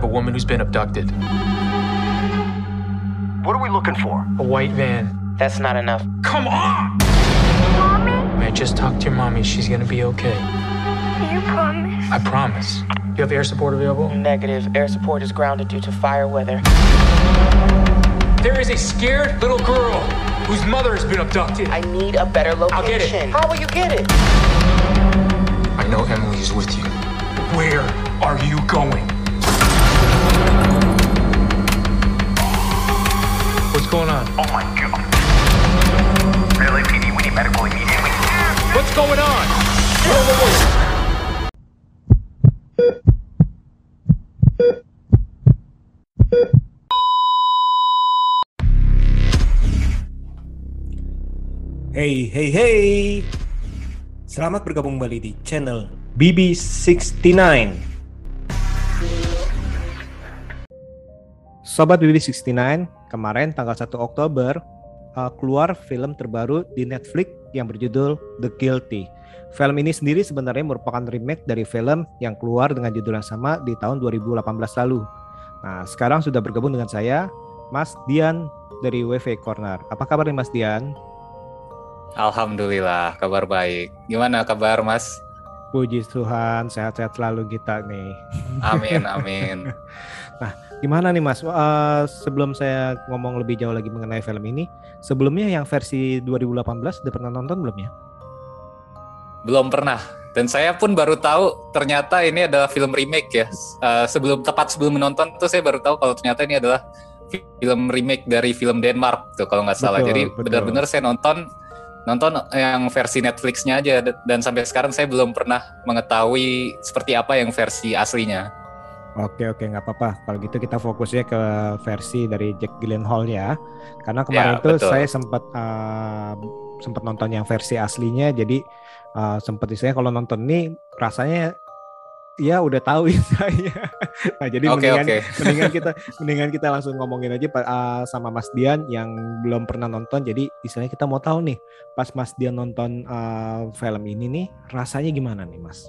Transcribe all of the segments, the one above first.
a woman who's been abducted. What are we looking for? A white van. That's not enough. Come on! Man, just talk to your mommy. She's gonna be okay. You promise? I promise. You have air support available? Negative. Air support is grounded due to fire weather. There is a scared little girl whose mother has been abducted. I need a better location. I'll get it. How will you get it? I know Emily is with you. Where are you going? What's going on? Oh my god. LAPD, we need medical immediately. What's going on? Whoa. Hey. Selamat bergabung kembali di channel BB69. Sobat BB69, kemarin tanggal 1 Oktober keluar film terbaru di Netflix yang berjudul The Guilty. Film ini sendiri sebenarnya merupakan remake dari film yang keluar dengan judul yang sama di tahun 2018 lalu. Nah, sekarang sudah bergabung dengan saya, Mas Dian dari WV Corner. Apa kabar nih Mas Dian? Alhamdulillah, kabar baik. Gimana kabar Mas? Puji Tuhan, sehat-sehat selalu kita nih. Amin. Nah, gimana nih Mas? Sebelum saya ngomong lebih jauh lagi mengenai film ini, sebelumnya yang versi 2018 udah pernah nonton belum ya? Belum pernah. Dan saya pun baru tahu ternyata ini adalah film remake ya. Sebelum menonton tuh saya baru tahu kalau ternyata ini adalah film remake dari film Denmark tuh kalau nggak salah. Jadi benar-benar saya nonton yang versi Netflix-nya aja, dan sampai sekarang saya belum pernah mengetahui seperti apa yang versi aslinya. Oke, nggak apa-apa. Kalau gitu kita fokusnya ke versi dari Jake Gyllenhaal ya. Karena kemarin itu saya sempat nonton yang versi aslinya, jadi sempat saya kalau nonton ini rasanya ya udah tahu saya. Nah, jadi mendingan kita langsung ngomongin aja sama Mas Dian yang belum pernah nonton. Jadi istilahnya kita mau tahu nih, pas Mas Dian nonton film ini nih rasanya gimana nih Mas?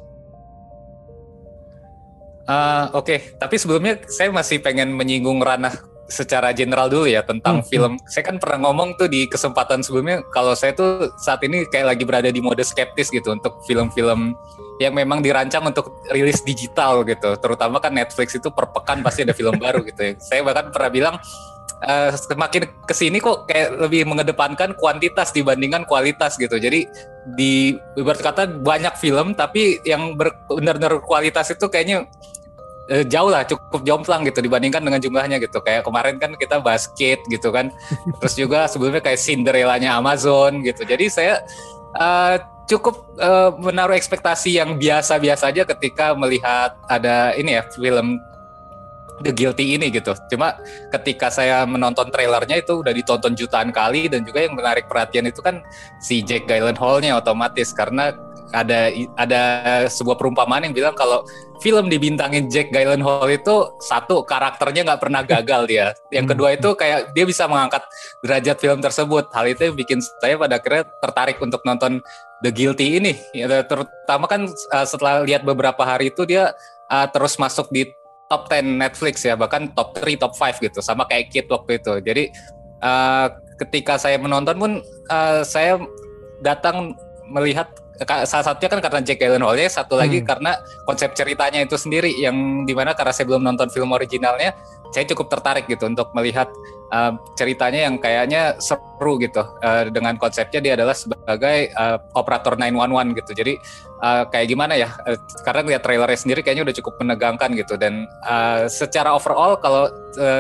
Tapi sebelumnya saya masih pengen menyinggung ranah secara general dulu ya tentang film. Saya kan pernah ngomong tuh di kesempatan sebelumnya kalau saya tuh saat ini kayak lagi berada di mode skeptis gitu untuk film-film yang memang dirancang untuk rilis digital gitu. Terutama kan Netflix itu per pekan pasti ada film baru gitu ya. Saya bahkan pernah bilang semakin kesini kok kayak lebih mengedepankan kuantitas dibandingkan kualitas gitu. Jadi di ibarat kata banyak film tapi yang benar-benar kualitas itu kayaknya jauh lah, cukup jomplang gitu dibandingkan dengan jumlahnya gitu. Kayak kemarin kan kita bahas Kate gitu kan. Terus juga sebelumnya kayak Cinderella-nya Amazon gitu. Jadi saya cukup menaruh ekspektasi yang biasa-biasa aja ketika melihat ada ini ya film The Guilty ini gitu. Cuma ketika saya menonton trailernya itu udah ditonton jutaan kali, dan juga yang menarik perhatian itu kan si Jake Gyllenhaal-nya otomatis, karena ada sebuah perumpamaan yang bilang kalau film dibintangin Jake Gyllenhaal itu satu, karakternya nggak pernah gagal dia. Yang kedua itu kayak dia bisa mengangkat derajat film tersebut. Hal itu yang bikin saya pada akhirnya tertarik untuk nonton The Guilty ini. Ya, terutama kan setelah lihat beberapa hari itu dia terus masuk di top 10 Netflix ya, bahkan top 3, top 5 gitu, sama kayak Kid waktu itu. Jadi ketika saya menonton pun saya datang melihat salah satunya kan karena Jake Gyllenhaal-nya, satu lagi karena konsep ceritanya itu sendiri yang dimana karena saya belum nonton film originalnya, saya cukup tertarik gitu untuk melihat ceritanya yang kayaknya seru gitu. Dengan konsepnya dia adalah sebagai operator 911 gitu. Jadi kayak gimana ya, karena lihat trailernya sendiri kayaknya udah cukup menegangkan gitu. Dan secara overall kalau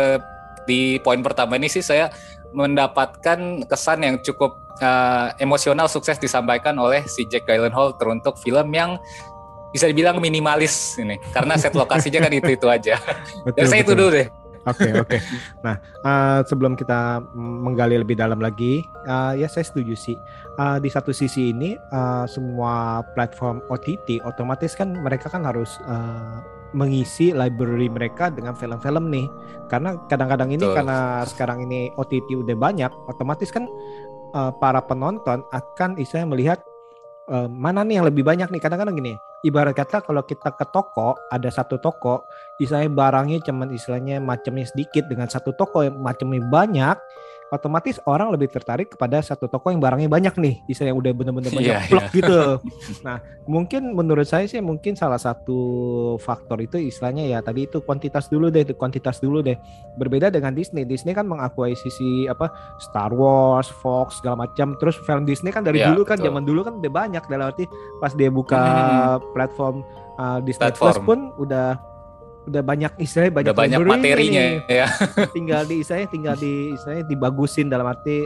di poin pertama ini sih saya mendapatkan kesan yang cukup emosional, sukses disampaikan oleh si Jake Gyllenhaal teruntuk film yang bisa dibilang minimalis ini, karena set lokasinya kan itu aja. Dari saya itu dulu deh. Oke. Nah, sebelum kita menggali lebih dalam lagi, ya saya setuju sih. Di satu sisi ini, semua platform OTT otomatis kan mereka kan harus mengisi library mereka dengan film-film nih. Karena kadang-kadang ini karena sekarang ini OTT udah banyak, otomatis kan para penonton akan istilahnya melihat mana nih yang lebih banyak nih. Kadang-kadang gini, ibarat kata kalau kita ke toko, ada satu toko, istilahnya barangnya cuman istilahnya macamnya sedikit, dengan satu toko yang macamnya banyak, otomatis orang lebih tertarik kepada satu toko yang barangnya banyak nih, istilahnya udah bener-bener banyak blok gitu. Nah, mungkin menurut saya sih mungkin salah satu faktor itu istilahnya ya tadi itu kuantitas dulu deh. Berbeda dengan Disney. Disney kan mengakuisisi Star Wars, Fox segala macam. Terus film Disney kan dari dulu kan, zaman dulu kan udah banyak, dalam arti pas dia buka platform Disney Plus pun udah banyak istilahnya, banyak materinya ya. tinggal dibagusin, dalam arti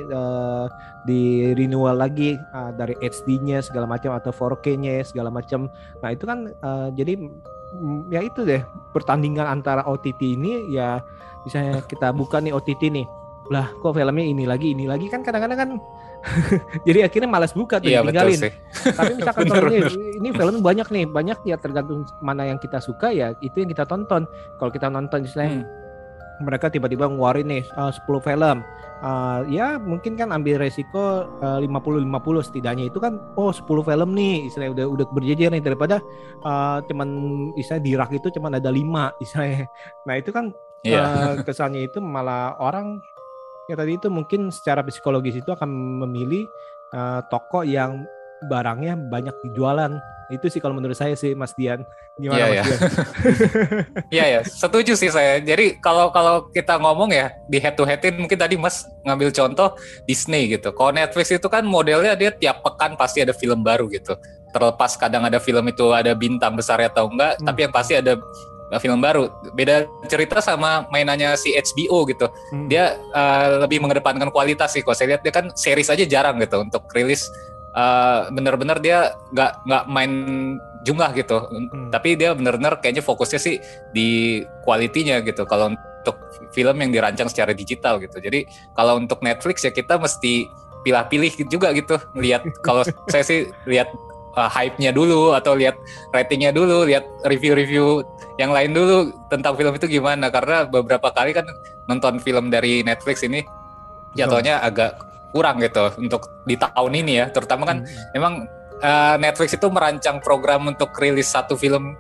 di renewal lagi dari HD-nya segala macam atau 4K-nya segala macam. Nah itu kan jadi ya itu deh pertandingan antara OTT ini ya, misalnya kita buka nih OTT nih, lah kok filmnya ini lagi kan kadang-kadang kan jadi akhirnya malas buka tuh, tinggalin. Tapi misalkan ini film banyak ya, tergantung mana yang kita suka ya itu yang kita tonton. Kalau kita nonton misalnya mereka tiba-tiba ngeluarin nih 10 film, ya mungkin kan ambil resiko 50-50 setidaknya, itu kan 10 film nih istilahnya udah berjejer nih, daripada cuman istilahnya di rak itu cuman ada 5 istilahnya. Nah itu kan kesannya itu malah orang ya tadi itu mungkin secara psikologis itu akan memilih toko yang barangnya banyak dijualan. Itu sih kalau menurut saya sih, Mas Dian. Gimana Mas Dian? Iya, setuju sih saya. Jadi kalau kita ngomong ya di head to headin, mungkin tadi Mas ngambil contoh Disney gitu. Kalau Netflix itu kan modelnya dia tiap pekan pasti ada film baru gitu. Terlepas kadang ada film itu ada bintang besar atau enggak, tapi yang pasti ada film baru. Beda cerita sama mainannya si HBO gitu. Dia lebih mengedepankan kualitas sih. Kalau saya lihat dia kan series aja jarang gitu untuk rilis. Bener-bener dia nggak main jumlah gitu. Tapi dia bener-bener kayaknya fokusnya sih di kualitinya gitu. Kalau untuk film yang dirancang secara digital gitu. Jadi kalau untuk Netflix ya kita mesti pilih-pilih juga gitu. Lihat kalau saya sih lihat hype-nya dulu, atau lihat ratingnya dulu, lihat review-review yang lain dulu tentang film itu gimana. Karena beberapa kali kan nonton film dari Netflix ini jatuhnya agak kurang gitu untuk di tahun ini ya. Terutama kan memang Netflix itu merancang program untuk rilis satu film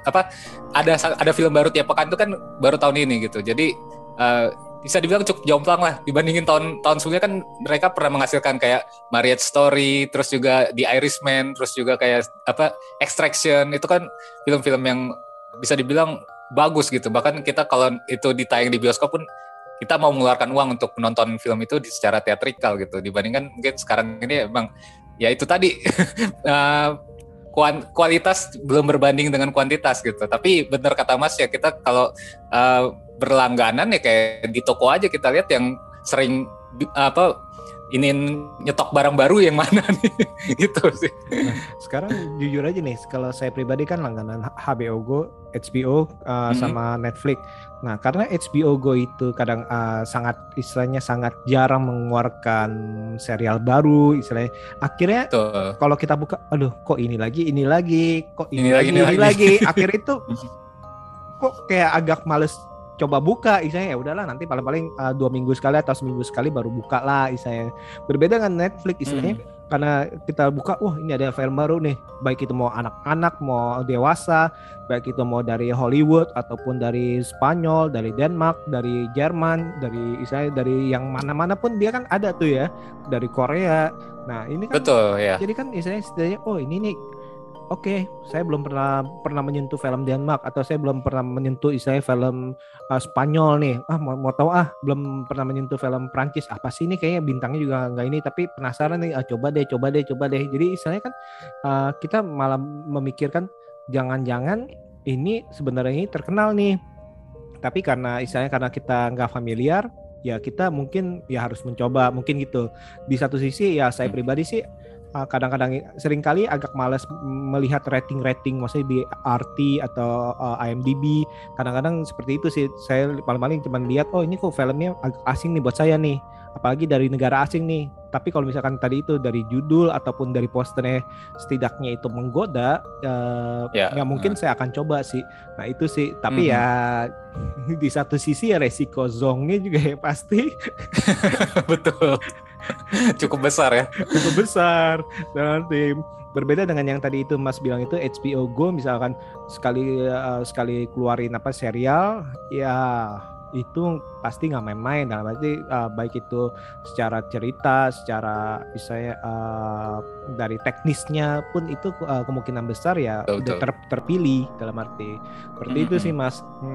ada film baru tiap pekan itu kan baru tahun ini gitu. Jadi bisa dibilang cukup jomplang lah dibandingin tahun sebelumnya. Kan mereka pernah menghasilkan kayak Marriage Story, terus juga The Irishman, terus juga kayak Extraction. Itu kan film-film yang bisa dibilang bagus gitu. Bahkan kita kalau itu ditayang di bioskop pun kita mau mengeluarkan uang untuk menonton film itu secara teatrikal gitu. Dibandingkan mungkin sekarang ini emang ya itu tadi kualitas belum berbanding dengan kuantitas gitu. Tapi benar kata Mas ya, kita kalau berlangganan ya kayak di toko aja kita lihat yang sering ini nyetok barang baru yang mana nih gitu sih. Nah, sekarang jujur aja nih, kalau saya pribadi kan langganan HBO Go, sama Netflix. Nah, karena HBO Go itu kadang sangat jarang mengeluarkan serial baru istilahnya. Akhirnya kalau kita buka, aduh kok ini lagi, kok ini lagi. Akhirnya itu kok kayak agak males coba buka, istilahnya ya udahlah nanti paling 2 minggu sekali atau seminggu sekali baru buka lah istilahnya. Berbeda dengan Netflix istilahnya, karena kita buka, ini ada film baru nih, baik itu mau anak-anak, mau dewasa, baik itu mau dari Hollywood ataupun dari Spanyol, dari Denmark, dari Jerman, dari istilahnya dari yang mana-mana pun dia kan ada tuh ya, dari Korea. Nah ini kan betul ya. Jadi kan istilahnya ini nih. Oke, saya belum pernah menyentuh film Denmark, atau saya belum pernah menyentuh istilahnya film Spanyol nih. Mau tahu belum pernah menyentuh film Prancis. Apa sih ini, kayaknya bintangnya juga nggak ini, tapi penasaran nih. Coba deh. Jadi istilahnya kan kita malah memikirkan jangan-jangan ini sebenarnya ini terkenal nih. Tapi karena kita nggak familiar, ya kita mungkin ya harus mencoba mungkin gitu. Di satu sisi ya saya pribadi sih kadang-kadang seringkali agak malas melihat rating, maksudnya di RT atau IMDb. Kadang-kadang seperti itu sih, saya paling cuma lihat ini kok filmnya agak asing nih buat saya nih, apalagi dari negara asing nih. Tapi kalau misalkan tadi itu dari judul ataupun dari posternya setidaknya itu menggoda, nggak mungkin saya akan coba sih. Nah itu sih, tapi ya di satu sisi ya resiko zongnya juga ya pasti betul. Cukup besar ya. Dan nanti berbeda dengan yang tadi itu Mas bilang itu HBO Go misalkan sekali keluarin serial ya itu pasti nggak main-main. Nah, berarti baik itu secara cerita, secara misalnya dari teknisnya pun itu kemungkinan besar ya udah terpilih dalam arti seperti itu sih Mas.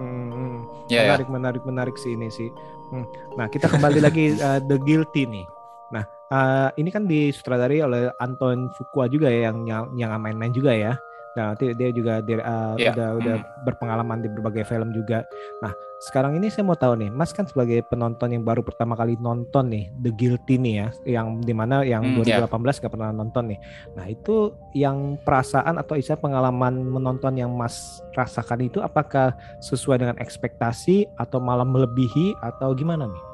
Menarik sih ini sih. Nah kita kembali lagi The Guilty nih. Nah ini kan disutradari oleh Antoine Fuqua juga ya yang main-main juga ya. Nah, nanti dia juga udah berpengalaman di berbagai film juga. Nah, sekarang ini saya mau tahu nih, Mas kan sebagai penonton yang baru pertama kali nonton nih The Guilty nih ya, yang dimana yang 2018 gak pernah nonton nih. Nah, itu yang perasaan atau istilah pengalaman menonton yang Mas rasakan itu apakah sesuai dengan ekspektasi atau malah melebihi atau gimana nih?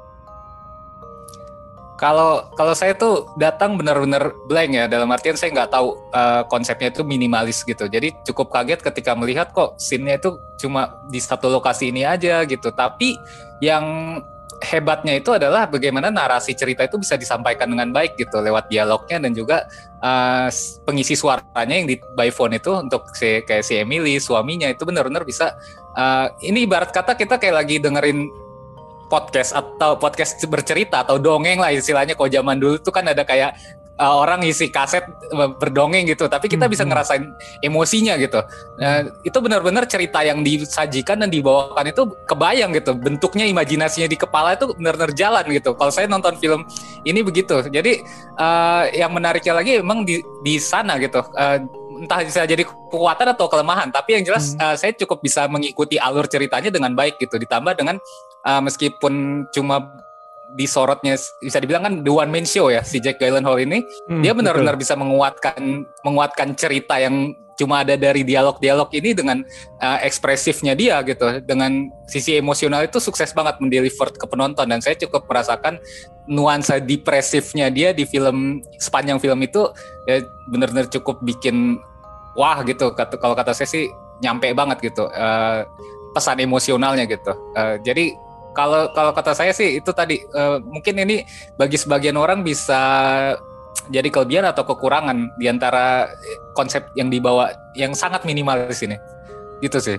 Kalau saya tuh datang benar-benar blank ya, dalam artian saya nggak tahu konsepnya itu minimalis gitu. Jadi cukup kaget ketika melihat kok scene-nya itu cuma di satu lokasi ini aja gitu. Tapi yang hebatnya itu adalah bagaimana narasi cerita itu bisa disampaikan dengan baik gitu lewat dialognya dan juga pengisi suaranya yang di by phone itu untuk kayak si Emily suaminya itu benar-benar bisa ini ibarat kata kita kayak lagi dengerin podcast atau podcast bercerita atau dongeng lah istilahnya. Kalau zaman dulu tuh kan ada kayak orang isi kaset berdongeng gitu, tapi kita bisa ngerasain emosinya gitu. Itu benar-benar cerita yang disajikan dan dibawakan itu kebayang gitu, bentuknya, imajinasinya di kepala itu benar-benar jalan gitu. Kalau saya nonton film ini begitu. Jadi yang menariknya lagi emang di sana gitu. Entah bisa jadi kekuatan atau kelemahan, tapi yang jelas saya cukup bisa mengikuti alur ceritanya dengan baik gitu. Ditambah dengan meskipun cuma disorotnya bisa dibilang kan the one man show ya si Jake Gyllenhaal ini, dia benar-benar bisa menguatkan cerita yang cuma ada dari dialog-dialog ini dengan ekspresifnya dia gitu, dengan sisi emosional itu sukses banget mendeliver ke penonton. Dan saya cukup merasakan nuansa depresifnya dia di film, sepanjang film itu ya benar-benar cukup bikin wah gitu. Kalau kata saya sih nyampe banget gitu pesan emosionalnya gitu. Jadi kalau kata saya sih itu tadi mungkin ini bagi sebagian orang bisa jadi kelebihan atau kekurangan di antara konsep yang dibawa yang sangat minimalis ini. Gitu sih.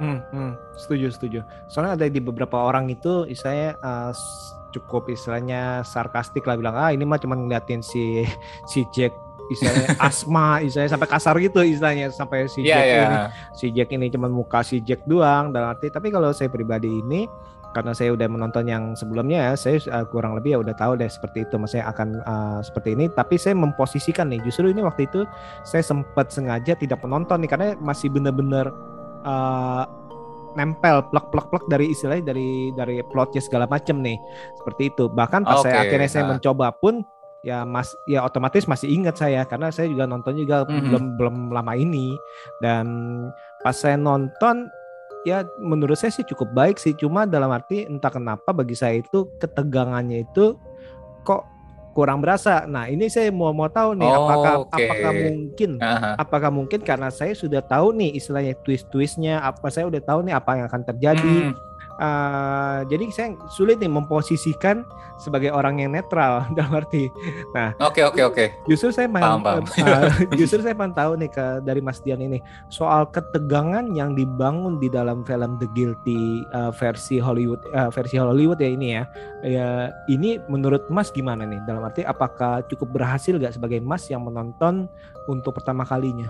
Setuju. Soalnya ada di beberapa orang itu istilahnya cukup istilahnya sarkastik lah, bilang ini mah cuma ngeliatin si Jack istilahnya asma, istilahnya sampai kasar gitu istilahnya, sampai si Jack ini cuma muka si Jack doang dalam arti. Tapi kalau saya pribadi ini, karena saya udah menonton yang sebelumnya, saya kurang lebih ya udah tahu deh seperti itu, maksudnya akan seperti ini. Tapi saya memposisikan nih, justru ini waktu itu saya sempat sengaja tidak menonton nih, karena masih benar-benar nempel plek dari istilahnya dari plotnya segala macam nih, seperti itu. Bahkan pas saya akhirnya saya mencoba pun ya otomatis masih ingat saya, karena saya juga nonton juga belum lama ini. Dan pas saya nonton ya menurut saya sih cukup baik sih, cuma dalam arti entah kenapa bagi saya itu ketegangannya itu kok kurang berasa. Nah ini saya mau tahu nih, apakah mungkin karena saya sudah tahu nih istilahnya twist-twistnya, saya udah tahu nih apa yang akan terjadi. Jadi saya sulit nih memposisikan sebagai orang yang netral dalam arti. Nah, oke. Justru saya pengen tahu nih dari Mas Dian ini soal ketegangan yang dibangun di dalam film The Guilty versi Hollywood ya ini ya. Ini menurut Mas gimana nih? Dalam arti apakah cukup berhasil gak sebagai Mas yang menonton untuk pertama kalinya?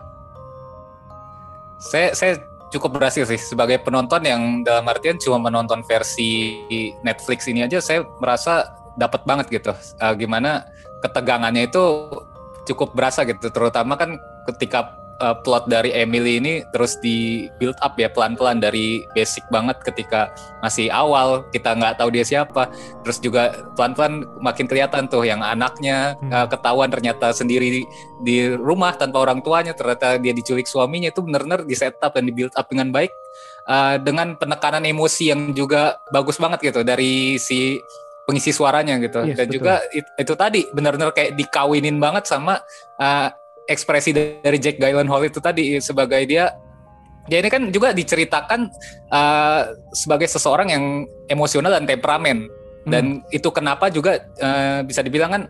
Saya cukup berhasil sih sebagai penonton yang dalam artian cuma menonton versi Netflix ini aja, saya merasa dapat banget gitu. Gimana ketegangannya itu cukup berasa gitu, terutama kan ketika plot dari Emily ini terus di build up ya pelan-pelan dari basic banget ketika masih awal kita nggak tahu dia siapa, terus juga pelan-pelan makin kelihatan tuh yang anaknya ketahuan ternyata sendiri di rumah tanpa orang tuanya, ternyata dia diculik suaminya. Itu benar-benar di setup dan di build up dengan baik, dengan penekanan emosi yang juga bagus banget gitu dari si pengisi suaranya gitu. Yes, dan betul. Juga itu tadi benar-benar kayak dikawinin banget sama ekspresi dari Jake Gyllenhaal itu tadi, sebagai dia ini kan juga diceritakan sebagai seseorang yang emosional dan temperamen. Dan itu kenapa juga bisa dibilang kan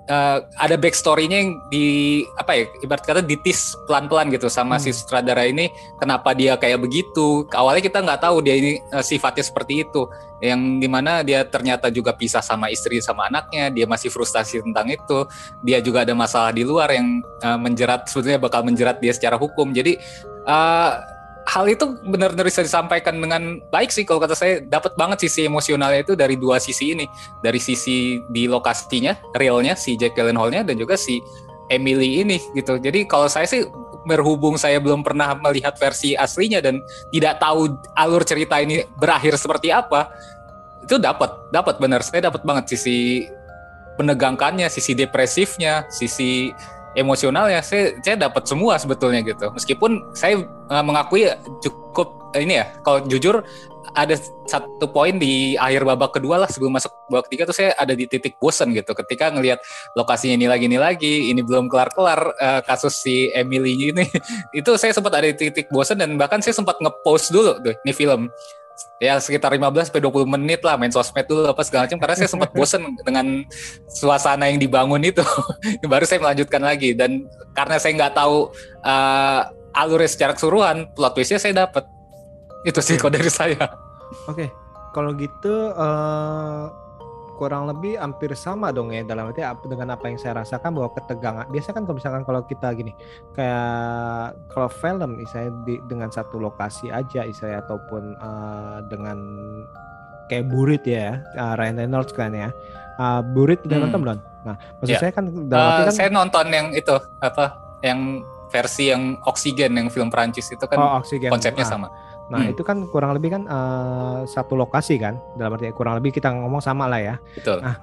ada backstory-nya yang ibarat kata ditis pelan-pelan gitu sama si sutradara ini, kenapa dia kayak begitu. Awalnya kita nggak tahu dia ini sifatnya seperti itu, yang dimana dia ternyata juga pisah sama istri sama anaknya, dia masih frustasi tentang itu, dia juga ada masalah di luar yang sebetulnya bakal menjerat dia secara hukum. Jadi hal itu benar-benar bisa disampaikan dengan baik sih kalau kata saya. Dapat banget sisi emosionalnya itu dari dua sisi ini, dari sisi di lokasinya realnya si Jake Gyllenhaal-nya dan juga si Emily ini gitu. Jadi kalau saya sih, berhubung saya belum pernah melihat versi aslinya dan tidak tahu alur cerita ini berakhir seperti apa, itu dapat benar, saya dapat banget sisi menegangkannya, sisi depresifnya, sisi emosionalnya, saya dapat semua sebetulnya gitu. Meskipun saya mengakui cukup ini ya, kalau jujur ada satu poin di akhir babak kedua lah sebelum masuk babak ketiga tuh saya ada di titik bosan gitu ketika ngelihat lokasinya ini lagi, ini belum kelar-kelar kasus si Emily ini. Itu saya sempat ada di titik bosan dan bahkan saya sempat nge-pause dulu tuh ini film. Ya sekitar 15-20 menit lah main sosmed dulu apa segala macam karena saya sempat bosen dengan suasana yang dibangun itu. Baru saya melanjutkan lagi, dan karena saya nggak tahu alurnya secara keseluruhan, plot twistnya saya dapat. Itu sih kalau dari saya. Oke. Kalau gitu kurang lebih hampir sama dong ya, dalam arti dengan apa yang saya rasakan, bahwa ketegangan biasa kan kalau misalkan kalau kita gini, kayak kalau film misalnya dengan satu lokasi aja misalnya, ataupun dengan kayak Burit ya, Ryan Reynolds kan ya, Burit udah nonton belum? Nah maksud saya kan dalam arti kan saya nonton yang itu yang versi yang Oksigen, yang film Perancis itu kan konsepnya sama. Nah itu kan kurang lebih kan satu lokasi kan, dalam arti kurang lebih kita ngomong sama lah ya. Betul. Nah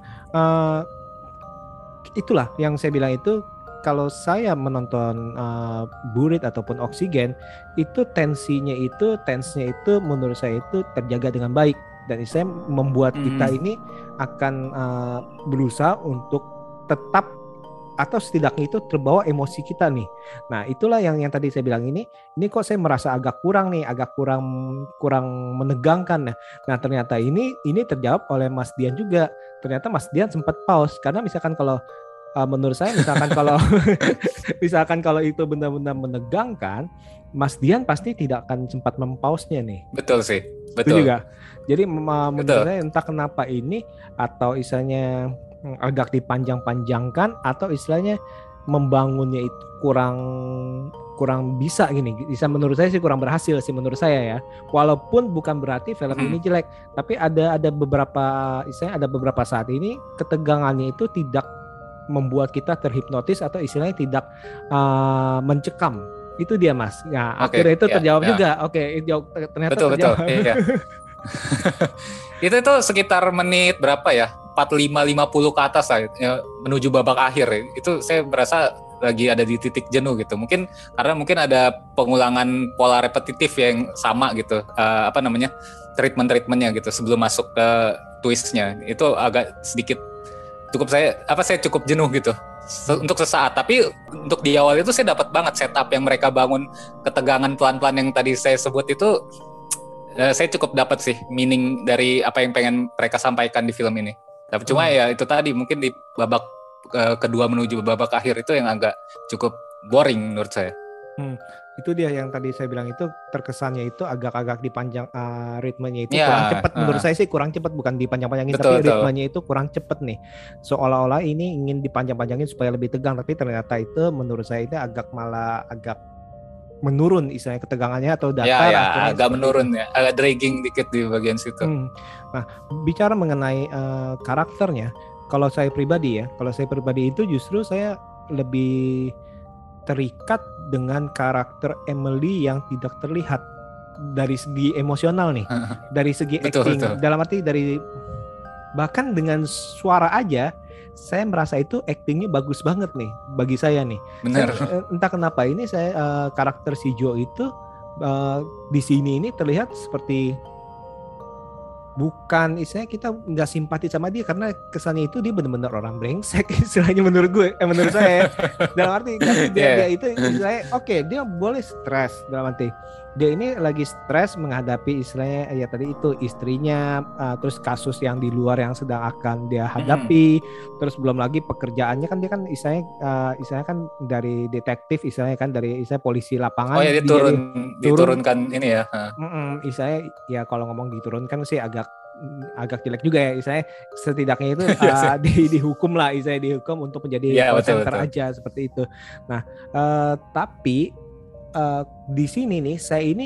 itulah yang saya bilang itu, kalau saya menonton Burit ataupun Oksigen, itu tensinya itu menurut saya itu terjaga dengan baik, dan saya membuat kita ini akan berusaha untuk tetap, atau setidaknya itu terbawa emosi kita nih. Nah itulah yang tadi saya bilang, ini kok saya merasa agak kurang menegangkan. Nah ternyata ini terjawab oleh Mas Dian juga. Ternyata Mas Dian sempat pause, karena misalkan kalau menurut saya misalkan kalau itu benar-benar menegangkan, Mas Dian pasti tidak akan sempat mempause-nya nih. Betul sih, betul. Itu juga. Jadi menurut saya entah kenapa ini, atau istilahnya agak dipanjang-panjangkan, atau istilahnya membangunnya itu kurang bisa gini. Bisa menurut saya sih kurang berhasil sih menurut saya ya. Walaupun bukan berarti film ini jelek, tapi ada beberapa saat ini ketegangannya itu tidak membuat kita terhipnotis, atau istilahnya tidak mencekam. Itu dia Mas. Ya, akhirnya itu terjawab juga. Ternyata betul, terjawab. Betul. Iya. itu sekitar menit berapa ya? 45-50 ke atas lah ya, menuju babak akhir. Itu saya merasa lagi ada di titik jenuh gitu. Mungkin ada pengulangan pola repetitif yang sama gitu. Treatmentnya gitu sebelum masuk ke twistnya. Itu agak sedikit saya cukup jenuh gitu. Untuk sesaat, tapi untuk di awal itu saya dapat banget setup yang mereka bangun, ketegangan pelan-pelan yang tadi saya sebut itu. Saya cukup dapat sih meaning dari apa yang pengen mereka sampaikan di film ini. Tapi cuma ya itu tadi, mungkin di babak kedua menuju babak akhir itu yang agak cukup boring menurut saya. Itu dia yang tadi saya bilang, itu terkesannya itu agak-agak dipanjang, ritmenya itu kurang cepat. Menurut saya sih kurang cepat, bukan dipanjang-panjangin, tapi ritmenya itu kurang cepat nih. Seolah-olah ini ingin dipanjang-panjangin supaya lebih tegang, tapi ternyata itu menurut saya itu agak menurun istilahnya ketegangannya, atau datar. Agak menurun ya, agak dragging dikit di bagian situ. Nah, bicara mengenai karakternya, kalau saya pribadi itu justru saya lebih terikat dengan karakter Emily yang tidak terlihat dari segi emosional nih, dari segi acting. Betul. Dalam arti bahkan dengan suara aja, saya merasa itu actingnya bagus banget nih bagi saya nih. Benar. Entah kenapa ini saya karakter si Joe itu di sini ini terlihat seperti bukan istilahnya kita nggak simpati sama dia karena kesannya itu dia benar-benar orang brengsek istilahnya menurut saya dalam arti kan dia itu istilahnya oke, dia boleh stres dalam arti dia ini lagi stres menghadapi istilahnya ya tadi itu istrinya, terus kasus yang di luar yang sedang akan dia hadapi, terus belum lagi pekerjaannya kan dia kan istilahnya kan dari detektif istilahnya kan dari istilah polisi lapangan. Oh ya diturunkan ini ya. Istilahnya ya kalau ngomong diturunkan sih agak jelek juga ya istilahnya setidaknya itu dihukum lah istilahnya dihukum untuk menjadi call center aja seperti itu. Nah tapi di sini nih saya ini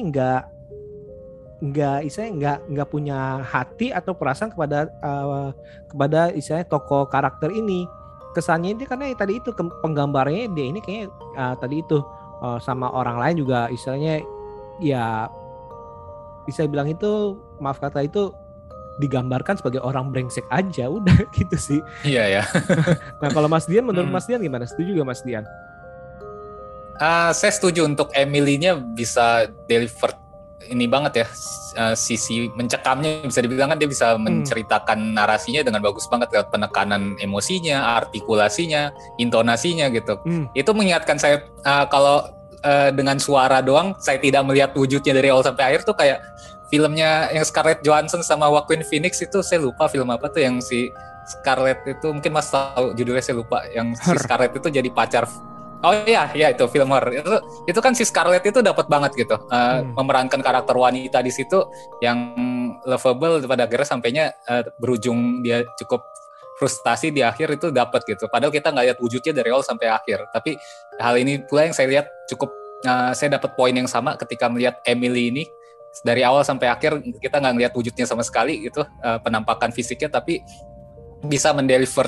nggak punya hati atau perasaan kepada istilahnya tokoh karakter ini. Kesannya ini karena tadi itu penggambarnya dia ini kayaknya tadi itu sama orang lain juga istilahnya ya bisa bilang itu maaf kata itu digambarkan sebagai orang brengsek aja udah gitu sih. Iya ya. Nah kalau Mas Dian menurut Mas Dian gimana? Setuju gak Mas Dian? Saya setuju untuk Emily-nya bisa deliver ini banget ya, sisi mencekamnya bisa dibilang kan dia bisa menceritakan narasinya dengan bagus banget lewat penekanan emosinya, artikulasinya, intonasinya gitu. Itu mengingatkan saya kalau dengan suara doang saya tidak melihat wujudnya dari awal sampai akhir tuh kayak filmnya yang Scarlett Johansson sama Joaquin Phoenix itu saya lupa film apa tuh yang si Scarlett itu mungkin Mas tahu judulnya saya lupa yang si Scarlett itu jadi pacar. Oh iya itu film horror. Itu kan si Scarlett itu dapat banget gitu. Memerankan karakter wanita di situ yang lovable pada akhirnya sampainya berujung dia cukup frustasi di akhir itu dapat gitu. Padahal kita nggak lihat wujudnya dari awal sampai akhir. Tapi hal ini pula yang saya lihat cukup saya dapat poin yang sama ketika melihat Emily ini dari awal sampai akhir kita nggak ngelihat wujudnya sama sekali gitu, penampakan fisiknya, tapi bisa mendeliver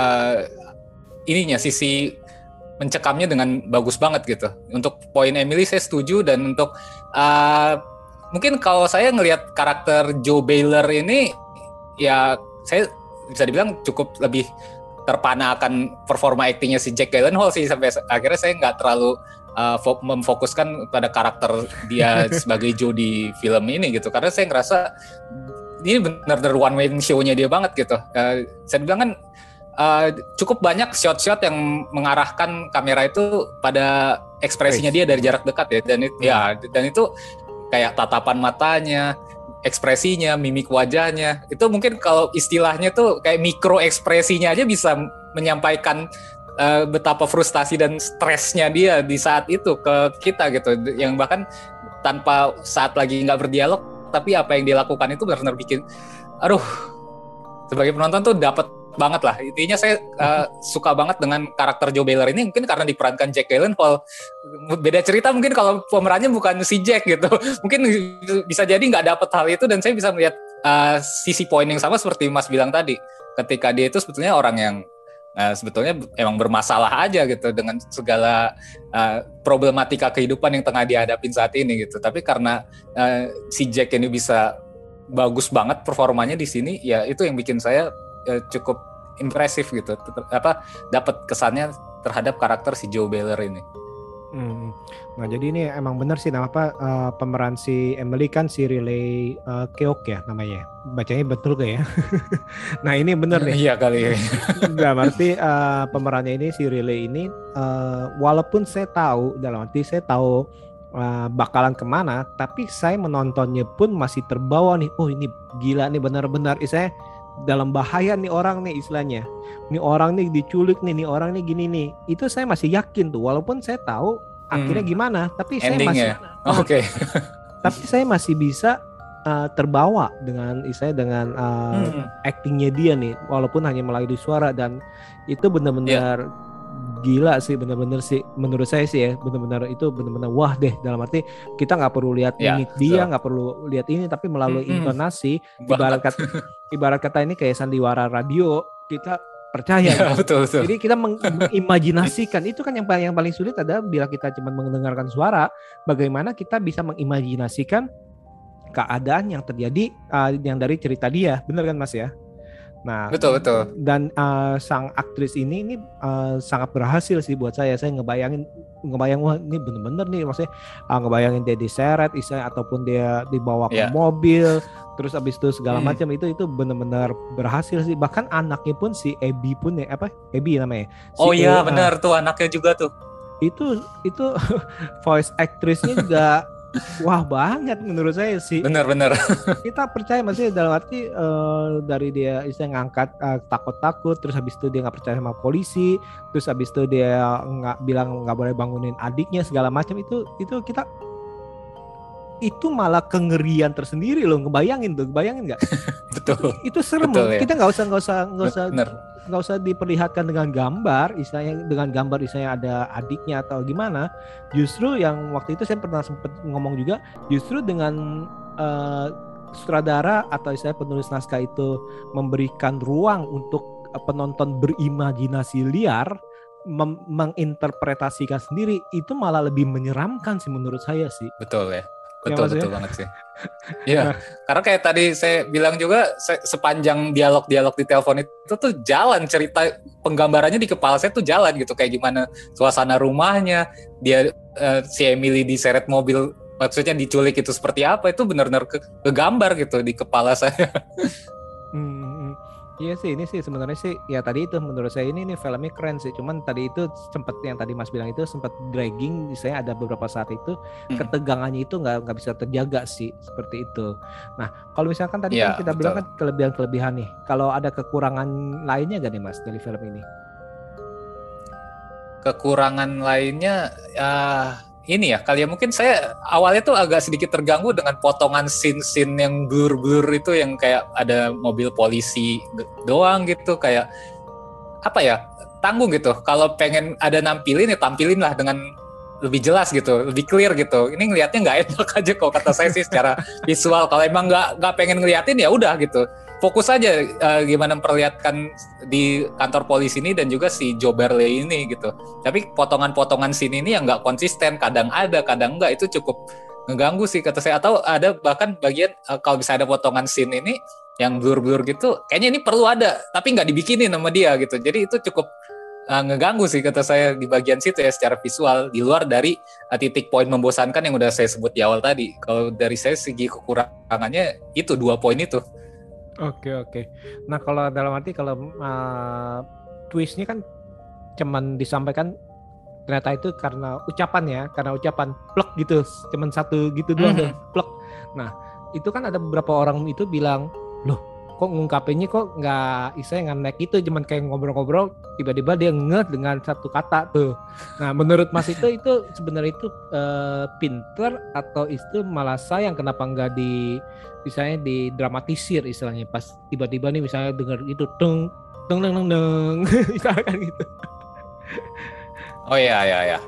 sisi mencekamnya dengan bagus banget gitu. Untuk poin Emily saya setuju, dan untuk mungkin kalau saya ngelihat karakter Joe Baylor ini ya saya bisa dibilang cukup lebih terpana akan performa aktingnya si Jake Gyllenhaal sih, sampai akhirnya saya nggak terlalu memfokuskan pada karakter dia sebagai Joe di film ini gitu, karena saya ngerasa ini benar-benar one man show-nya dia banget gitu. Saya bilang kan cukup banyak shot-shot yang mengarahkan kamera itu pada ekspresinya dia dari jarak dekat ya, dan itu kayak tatapan matanya, ekspresinya, mimik wajahnya, itu mungkin kalau istilahnya tuh kayak mikro ekspresinya aja bisa menyampaikan betapa frustasi dan stresnya dia di saat itu ke kita gitu, yang bahkan tanpa saat lagi nggak berdialog, tapi apa yang dia lakukan itu benar-benar bikin sebagai penonton tuh dapat banget lah. Intinya saya suka banget dengan karakter Joe Baylor ini, mungkin karena diperankan Jake Gyllenhaal. Beda cerita mungkin kalau pemerannya bukan si Jack gitu, mungkin bisa jadi nggak dapet hal itu, dan saya bisa melihat sisi poin yang sama seperti Mas bilang tadi, ketika dia itu sebetulnya orang yang sebetulnya emang bermasalah aja gitu dengan segala problematika kehidupan yang tengah dihadapin saat ini gitu. Tapi karena si Jack ini bisa bagus banget performanya di sini, ya itu yang bikin saya cukup impresif gitu, dapat kesannya terhadap karakter si Joe Baylor ini. Nah jadi ini emang benar sih pemeran si Emily kan si Riley Keough ya namanya, bacanya betul gak ya? Nah ini benar nih. Iya kali. Nggak berarti pemerannya ini si Riley ini walaupun saya tahu bakalan kemana, tapi saya menontonnya pun masih terbawa nih. Oh ini gila nih, benar-benar saya dalam bahaya nih orang nih istilahnya. Nih orang nih diculik nih orang nih gini nih. Itu saya masih yakin tuh, walaupun saya tahu akhirnya gimana, tapi endingnya. saya masih Oke. Tapi saya masih bisa terbawa dengan actingnya dia nih, walaupun hanya melalui suara, dan itu benar-benar gila sih, benar-benar sih menurut saya sih ya, benar-benar itu benar-benar wah deh, dalam arti kita nggak perlu lihat mimik dia, nggak perlu lihat ini, tapi melalui intonasi, ibarat kata ini kayak sandiwara radio, kita percaya ya, betul. Jadi kita mengimajinasikan itu kan yang paling sulit adalah bila kita cuma mendengarkan suara, bagaimana kita bisa mengimajinasikan keadaan yang terjadi yang dari cerita dia, benar kan Mas ya? Nah, betul. Dan sang aktris ini sangat berhasil sih buat saya. Saya ngebayangin ngebayang wah ini bener-bener nih maksudnya ngebayangin dia diseret istilahnya ataupun dia dibawa ke mobil terus abis itu segala macam itu bener-bener berhasil sih. Bahkan anaknya pun si Abby pun ya Abby namanya. Benar tuh anaknya juga tuh. Itu voice actress-nya juga wah banget menurut saya sih. Benar. Kita percaya maksudnya dalam arti dari dia istilahnya ngangkat takut-takut, terus habis itu dia nggak percaya sama polisi, terus habis itu dia nggak boleh bangunin adiknya segala macam itu kita itu malah kengerian tersendiri loh. Ngebayangin nggak? Betul. Itu serem. Betul, ya. Kita nggak usah diperlihatkan dengan gambar, istilahnya ada adiknya atau gimana. Justru yang waktu itu saya pernah sempat ngomong juga, justru dengan sutradara atau istilahnya penulis naskah itu memberikan ruang untuk penonton berimajinasi liar, menginterpretasikan sendiri, itu malah lebih menyeramkan sih menurut saya sih. Betul ya. Betul banget sih. Iya, karena kayak tadi saya bilang juga sepanjang dialog di telepon itu tuh jalan cerita penggambarannya di kepala saya tuh jalan gitu, kayak gimana suasana rumahnya, dia si Emily diseret mobil, maksudnya diculik itu seperti apa, itu benar-benar kegambar gitu di kepala saya. Iya sih, ini sih sebenarnya sih ya tadi itu menurut saya ini filmnya keren sih. Cuman tadi itu sempat yang tadi Mas bilang itu sempat dragging, saya ada beberapa saat itu ketegangannya itu nggak bisa terjaga sih seperti itu. Nah kalau misalkan tadi kan kita bilang kan kelebihan nih, kalau ada kekurangan lainnya gak nih Mas dari film ini? Kekurangan lainnya ini ya kali ya, mungkin saya awalnya tuh agak sedikit terganggu dengan potongan scene yang blur itu, yang kayak ada mobil polisi doang gitu, kayak apa ya, tanggung gitu. Kalau pengen ada nampilin ya tampilin lah dengan lebih jelas gitu, lebih clear gitu. Ini ngelihatnya nggak enak aja kalau kata saya sih secara visual. Kalau emang nggak pengen ngeliatin ya udah gitu, fokus aja gimana memperlihatkan di kantor polisi ini dan juga si Joe Barley ini gitu. Tapi potongan-potongan scene ini yang nggak konsisten, kadang ada, kadang enggak, itu cukup ngeganggu sih kata saya. Atau ada bahkan bagian kalau bisa ada potongan scene ini yang blur-blur gitu, kayaknya ini perlu ada, tapi nggak dibikinin sama dia gitu. Jadi itu cukup ngeganggu sih kata saya di bagian situ ya secara visual, di luar dari titik poin membosankan yang udah saya sebut di awal tadi. Kalau dari saya segi kekurangannya itu 2 poin itu. Oke. Nah kalau dalam arti kalau twistnya kan cuman disampaikan ternyata itu karena ucapan plek gitu, cuman satu gitu doang tuh plek. Nah itu kan ada beberapa orang itu bilang, loh kok ngungkapinnya kok nggak naik itu, cuman kayak ngobrol-ngobrol tiba-tiba dia ngeh dengan satu kata tuh. Nah menurut Mas itu sebenarnya itu pinter atau itu malah sayang kenapa nggak misalnya didramatisir istilahnya pas tiba-tiba nih misalnya dengar itu deng misalkan gitu. Oh iya.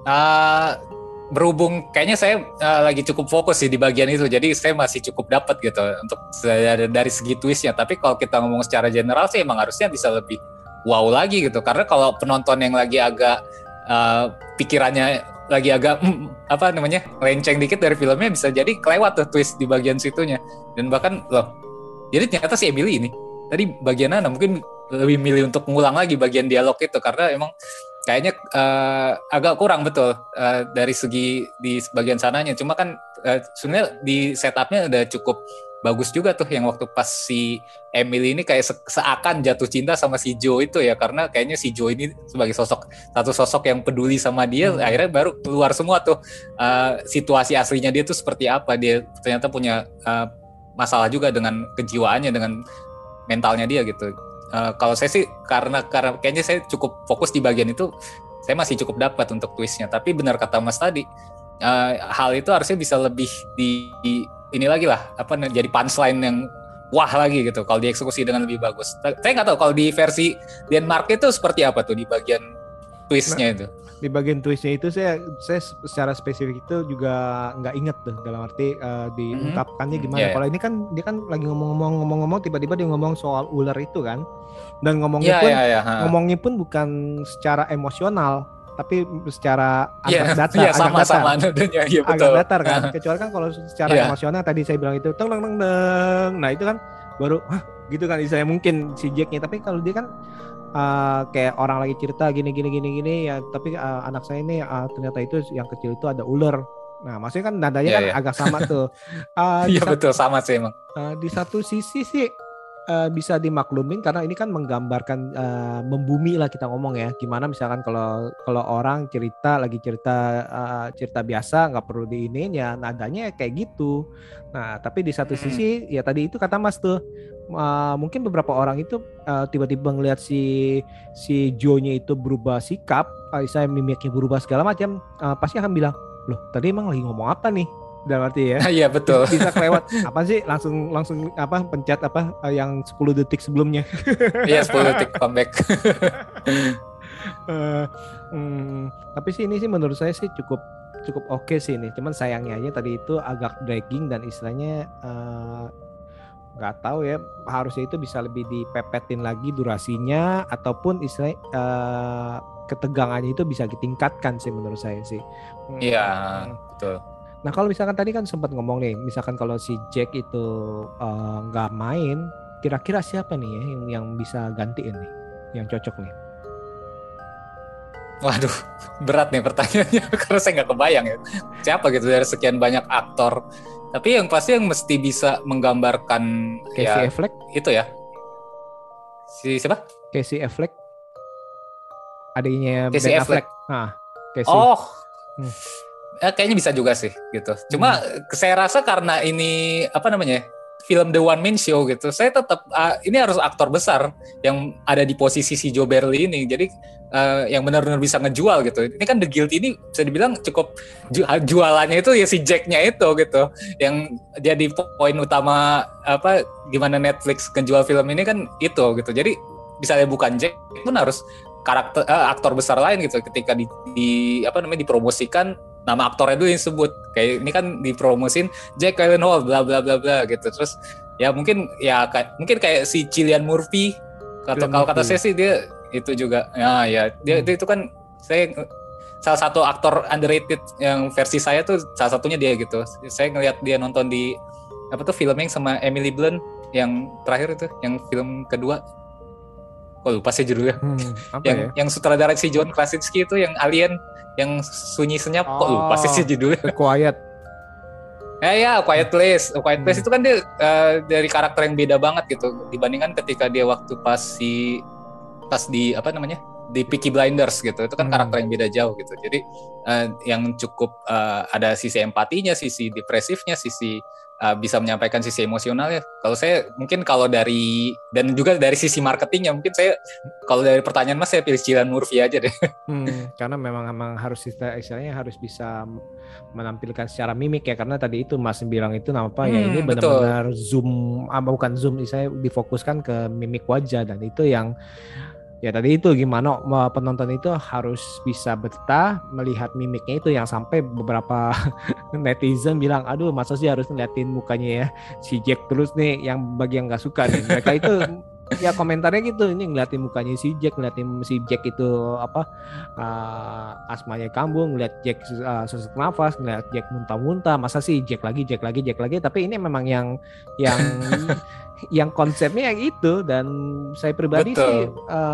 Berhubung kayaknya saya lagi cukup fokus sih di bagian itu, jadi saya masih cukup dapat gitu untuk dari segi twistnya. Tapi kalau kita ngomong secara general sih emang harusnya bisa lebih wow lagi gitu, karena kalau penonton yang lagi agak pikirannya lagi agak lenceng dikit dari filmnya, bisa jadi kelewat tuh twist di bagian situnya. Dan bahkan jadi ternyata si Emily ini tadi bagian mana, mungkin lebih milih untuk ngulang lagi bagian dialog itu, karena emang kayaknya agak kurang betul dari segi di bagian sananya. Cuma kan sebenarnya di setupnya udah cukup bagus juga tuh, yang waktu pas si Emily ini kayak seakan jatuh cinta sama si Joe itu ya, karena kayaknya si Joe ini sebagai satu sosok yang peduli sama dia, akhirnya baru keluar semua tuh situasi aslinya dia tuh seperti apa. Dia ternyata punya masalah juga dengan kejiwaannya, dengan mentalnya dia gitu. Kalau saya sih karena kayaknya saya cukup fokus di bagian itu, saya masih cukup dapat untuk twistnya. Tapi benar kata Mas tadi, hal itu harusnya bisa lebih ini lagi lah, jadi punchline yang wah lagi gitu kalau dieksekusi dengan lebih bagus. Saya nggak tahu kalau di versi Denmark itu seperti apa tuh di bagian twistnya itu. Di bagian twistnya itu saya secara spesifik itu juga nggak inget tuh, dalam arti diungkapkannya gimana. Kalau ini kan dia kan lagi ngomong tiba-tiba dia ngomong soal ular itu kan, dan ngomongnya pun bukan secara emosional tapi secara agak datar, agak datar kan. Kecuali kan kalau secara emosional tadi saya bilang itu teng. Nah itu kan baru gitu kan istilahnya mungkin si Jacknya, tapi kalau dia kan kayak orang lagi cerita gini ya, tapi anak saya ini ternyata itu yang kecil itu ada ular. Nah maksudnya kan nadanya kan agak sama tuh. Iya betul sama sih emang. Di satu sisi sih bisa dimaklumin karena ini kan menggambarkan membumi lah kita ngomong ya, gimana misalkan kalau orang lagi cerita biasa nggak perlu diinin ya nadanya kayak gitu. Nah tapi di satu sisi ya tadi itu kata Mas tuh mungkin beberapa orang itu tiba-tiba ngelihat si Joe-nya itu berubah sikap, saya mimiknya berubah segala macam, pasti akan bilang loh tadi emang lagi ngomong apa nih. Dalam arti ya. Iya betul. Bisa kelewat apa sih langsung pencet yang 10 detik sebelumnya. Iya 10 detik comeback. Tapi sih ini sih menurut saya sih cukup oke sih ini. Cuman sayangnya aja tadi itu agak dragging dan istilahnya nggak tahu ya, harusnya itu bisa lebih dipepetin lagi durasinya ataupun istilahnya ketegangannya itu bisa ditingkatkan sih menurut saya sih. Iya betul. Nah kalau misalkan tadi kan sempat ngomong nih, misalkan kalau si Jack itu nggak main, kira-kira siapa nih ya yang bisa gantiin nih, yang cocok nih? Waduh, berat nih pertanyaannya karena saya nggak kebayang ya. Siapa gitu dari sekian banyak aktor. Tapi yang pasti yang mesti bisa menggambarkan Casey Affleck? Itu ya. Si siapa? Casey Affleck. Adiknya Casey Ben Affleck. Casey. Oh. Kayaknya bisa juga sih gitu. Cuma saya rasa karena ini film The One Man Show gitu, saya tetap ini harus aktor besar yang ada di posisi si Joe Barely ini. Jadi yang benar-benar bisa ngejual gitu. Ini kan The Guilty ini bisa dibilang cukup jualannya itu ya si Jack-nya itu gitu. Yang jadi poin utama gimana Netflix ngejual film ini kan itu gitu. Jadi misalnya bukan Jack pun harus aktor besar lain gitu ketika dipromosikan. Nama aktornya dulu yang disebut, kayak ini kan dipromosin Jack Gyllenhaal bla bla bla bla gitu. Terus ya mungkin kayak si Cillian Murphy atau kalau kata saya sih dia itu juga dia itu kan salah satu aktor underrated yang versi saya tuh salah satunya dia gitu. Saya ngelihat dia nonton di film yang sama Emily Blunt yang terakhir itu, yang film kedua. Lupa sih judulnya. Yang sutradara si John Krasinski itu yang Alien, yang sunyi senyap, lupa sih judulnya. Quiet. Quiet Place. Quiet Place itu kan dia dari karakter yang beda banget gitu dibandingkan ketika dia waktu pas di di Peaky Blinders gitu. Itu kan karakter yang beda jauh gitu. Jadi yang cukup ada sisi empatinya, sisi depresifnya, sisi bisa menyampaikan sisi emosionalnya. Kalau saya mungkin dan juga dari sisi marketingnya, mungkin saya kalau dari pertanyaan Mas saya pilih Cillian Murphy aja deh. Karena memang harus istilahnya harus bisa menampilkan secara mimik ya, karena tadi itu Mas bilang itu ini benar-benar zoom, bukan zoom, saya difokuskan ke mimik wajah, dan itu yang ya tadi itu gimana penonton itu harus bisa betah melihat mimiknya itu, yang sampai beberapa netizen bilang aduh masa sih harus ngeliatin mukanya ya si Jack terus nih, yang bagi yang nggak suka nih mereka itu ya komentarnya gitu, ini ngeliatin mukanya si Jack, ngeliatin si Jack itu asmanya kambuh, ngeliat Jack sesak nafas, ngeliat Jack muntah-muntah, masa sih Jack lagi, tapi ini memang yang yang konsepnya yang itu, dan saya pribadi sih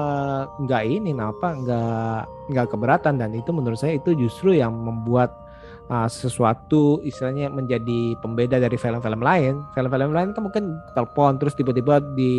nggak keberatan, dan itu menurut saya itu justru yang membuat sesuatu istilahnya menjadi pembeda dari film-film lain. Film-film lain kan mungkin telepon terus tiba-tiba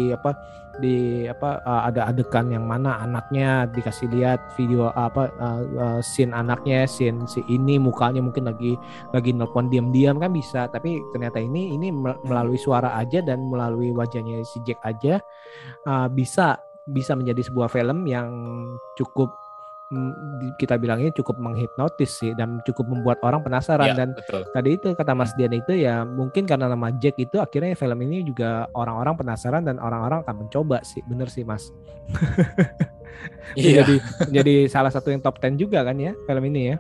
ada adegan yang mana anaknya dikasih lihat video scene anaknya, scene si ini mukanya mungkin lagi nelpon diam-diam kan bisa, tapi ternyata ini melalui suara aja dan melalui wajahnya si Jack aja bisa menjadi sebuah film yang cukup kita bilangnya cukup menghipnotis sih, dan cukup membuat orang penasaran. Dan betul. Tadi itu kata Mas Dian itu ya mungkin karena nama Jack itu akhirnya film ini juga orang-orang penasaran dan orang-orang akan mencoba sih, bener sih Mas. jadi salah satu yang top 10 juga kan ya film ini ya.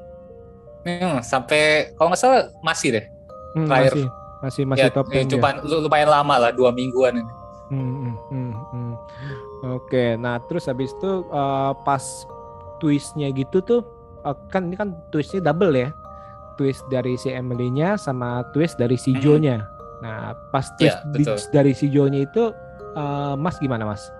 Sampai kalau nggak salah masih deh terakhir masih top 10 ya. Lumayan lama lah, 2 mingguan ini. Oke, nah terus habis itu pas twistnya gitu tuh kan ini kan twistnya double ya, twist dari si Emily-nya sama twist dari si Joe-nya. Nah pas twist dari si Joe-nya itu Mas gimana Mas?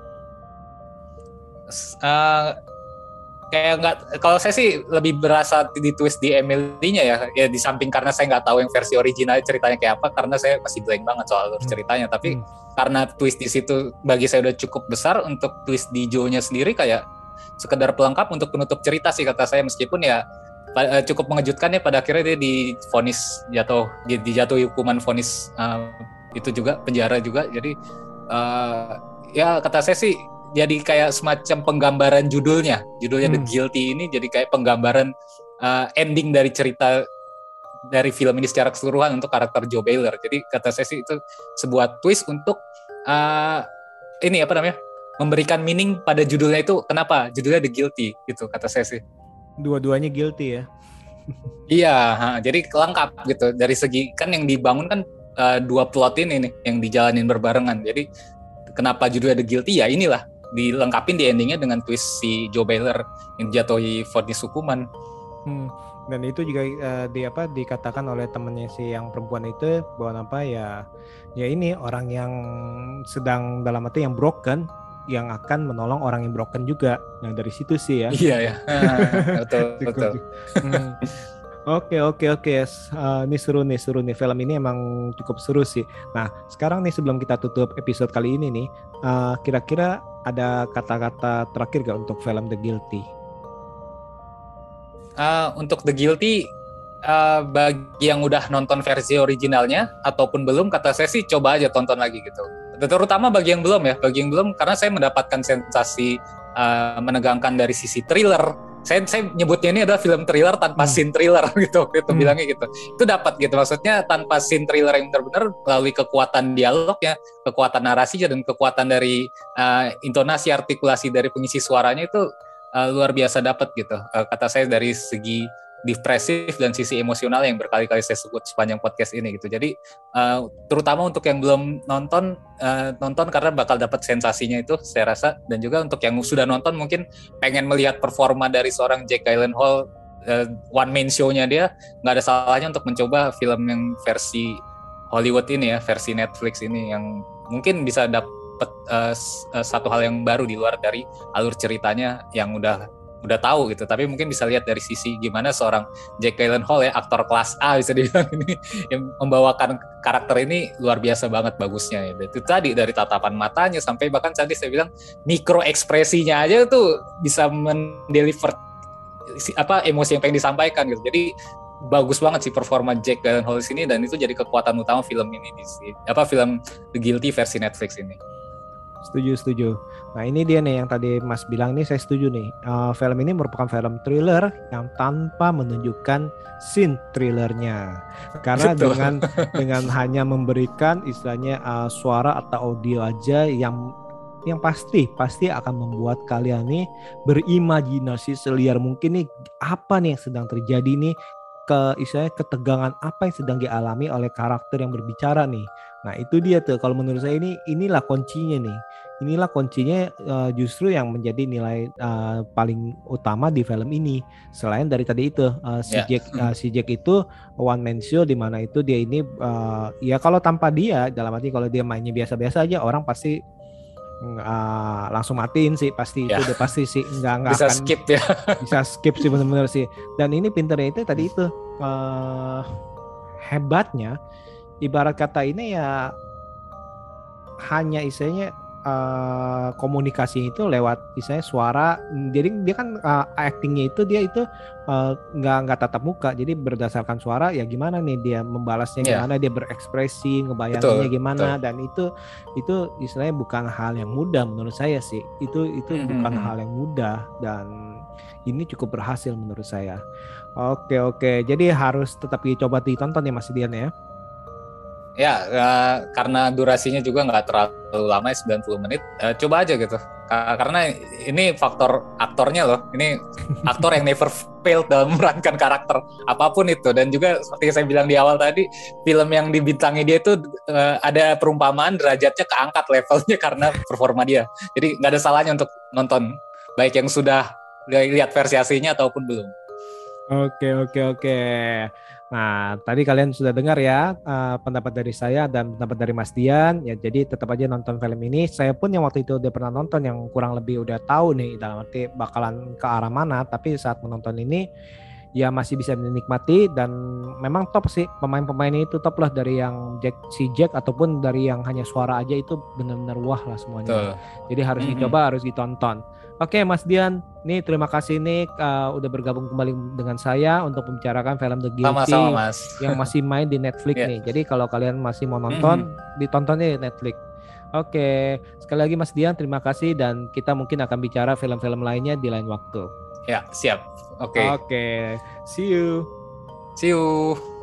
Kayak nggak, kalau saya sih lebih berasa di twist di Emily-nya ya di samping karena saya nggak tahu yang versi original ceritanya kayak apa karena saya masih blank banget soal alur ceritanya, tapi karena twist di situ bagi saya udah cukup besar. Untuk twist di Joe-nya sendiri kayak sekedar pelengkap untuk penutup cerita sih kata saya, meskipun ya cukup mengejutkan ya pada akhirnya dia divonis dijatuhi hukuman vonis itu juga penjara juga. Jadi ya kata saya sih jadi kayak semacam penggambaran judulnya The Guilty ini jadi kayak penggambaran ending dari cerita dari film ini secara keseluruhan untuk karakter Joe Baylor. Jadi kata saya sih itu sebuah twist untuk ini apa namanya, memberikan meaning pada judulnya itu, kenapa judulnya The Guilty gitu kata saya sih. Dua-duanya guilty ya. Iya, jadi lengkap gitu dari segi kan yang dibangun kan dua plot ini nih yang dijalanin berbarengan. Jadi kenapa judulnya The Guilty ya inilah dilengkapin di endingnya dengan twist si Joe Baylor yang dijatuhi vonis hukuman. Dan itu juga dikatakan oleh temennya si yang perempuan itu bahwa ya ini orang yang sedang dalam arti yang broken yang akan menolong orang yang broken juga. Yang dari situ sih ya. Iya ya. betul. Oke. Ini seru nih. Film ini emang cukup seru sih. Nah, sekarang nih sebelum kita tutup episode kali ini nih, kira-kira ada kata-kata terakhir gak untuk film The Guilty? Untuk The Guilty, bagi yang udah nonton versi originalnya ataupun belum, kata saya sih coba aja tonton lagi gitu. Terutama bagi yang belum karena saya mendapatkan sensasi menegangkan dari sisi thriller. Saya nyebutnya ini adalah film thriller tanpa scene thriller gitu bilangnya gitu. Itu dapat gitu, maksudnya tanpa scene thriller yang benar-benar melalui kekuatan dialognya, kekuatan narasinya dan kekuatan dari intonasi artikulasi dari pengisi suaranya itu luar biasa dapat gitu. Kata saya dari segi depresif dan sisi emosional yang berkali-kali saya sebut sepanjang podcast ini gitu. Jadi terutama untuk yang belum nonton karena bakal dapat sensasinya itu saya rasa, dan juga untuk yang sudah nonton mungkin pengen melihat performa dari seorang Jake Gyllenhaal, one man show-nya dia, nggak ada salahnya untuk mencoba film yang versi Hollywood ini ya, versi Netflix ini yang mungkin bisa dapat satu hal yang baru di luar dari alur ceritanya yang udah tahu gitu, tapi mungkin bisa lihat dari sisi gimana seorang Jake Gyllenhaal ya, aktor kelas A bisa dibilang ini, yang membawakan karakter ini luar biasa banget bagusnya ya. Itu tadi dari tatapan matanya sampai bahkan tadi saya bilang mikro ekspresinya aja tuh bisa mendeliver emosi yang pengen disampaikan gitu. Jadi bagus banget sih performa Jake Gyllenhaal di sini, dan itu jadi kekuatan utama film ini film The Guilty versi Netflix ini. Setuju. Nah ini dia nih yang tadi Mas bilang nih, saya setuju nih. Film ini merupakan film thriller yang tanpa menunjukkan scene thrillernya, karena dengan hanya memberikan istilahnya suara atau audio aja yang pasti akan membuat kalian nih berimajinasi seliar mungkin nih apa nih yang sedang terjadi nih, istilahnya ketegangan apa yang sedang dialami oleh karakter yang berbicara nih. Nah itu dia tuh kalau menurut saya inilah kuncinya nih. Inilah kuncinya justru yang menjadi nilai paling utama di film ini. Selain dari tadi itu si Jack itu one man show, di mana itu dia ini ya kalau tanpa dia, dalam arti kalau dia mainnya biasa-biasa aja orang pasti langsung matiin sih pasti. Itu udah pasti sih nggak bisa akan skip ya. Bisa skip sih benar-benar sih. Dan ini pinternya itu tadi itu hebatnya, ibarat kata ini ya hanya istilahnya komunikasi itu lewat istilahnya suara. Jadi dia kan actingnya itu dia itu nggak tatap muka, jadi berdasarkan suara ya gimana nih dia membalasnya, gimana dia berekspresi, ngebayanginnya gimana. Dan itu istilahnya bukan hal yang mudah menurut saya sih. Itu bukan hal yang mudah, dan ini cukup berhasil menurut saya. Oke. Jadi harus tetap dicoba ditonton ya Mas Dian ya. Ya, karena durasinya juga nggak terlalu lama, 90 menit. Coba aja gitu. Karena ini faktor aktornya loh. Ini aktor yang never failed dalam memerankan karakter apapun itu. Dan juga seperti yang saya bilang di awal tadi, film yang dibintangi dia itu ada perumpamaan derajatnya keangkat levelnya karena performa dia. Jadi nggak ada salahnya untuk nonton, baik yang sudah lihat versi aslinya ataupun belum. Oke. Nah, tadi kalian sudah dengar ya pendapat dari saya dan pendapat dari Mas Dian. Ya, jadi tetap aja nonton film ini. Saya pun yang waktu itu udah pernah nonton, yang kurang lebih udah tahu nih dalam arti bakalan ke arah mana. Tapi saat menonton ini, ya masih bisa dinikmati dan memang top sih, pemain-pemainnya itu top lah, dari yang Jack ataupun dari yang hanya suara aja itu benar-benar wah lah semuanya. Betul. Jadi harus dicoba, harus ditonton. Oke, Mas Dian, nih terima kasih nih udah bergabung kembali dengan saya untuk membicarakan film The Guilty. Sama-sama, Mas. Yang masih main di Netflix nih. Jadi kalau kalian masih mau nonton, ditontonnya di Netflix. Oke, sekali lagi Mas Dian terima kasih, dan kita mungkin akan bicara film-film lainnya di lain waktu. Ya, siap. Oke. Oke, see you. See you.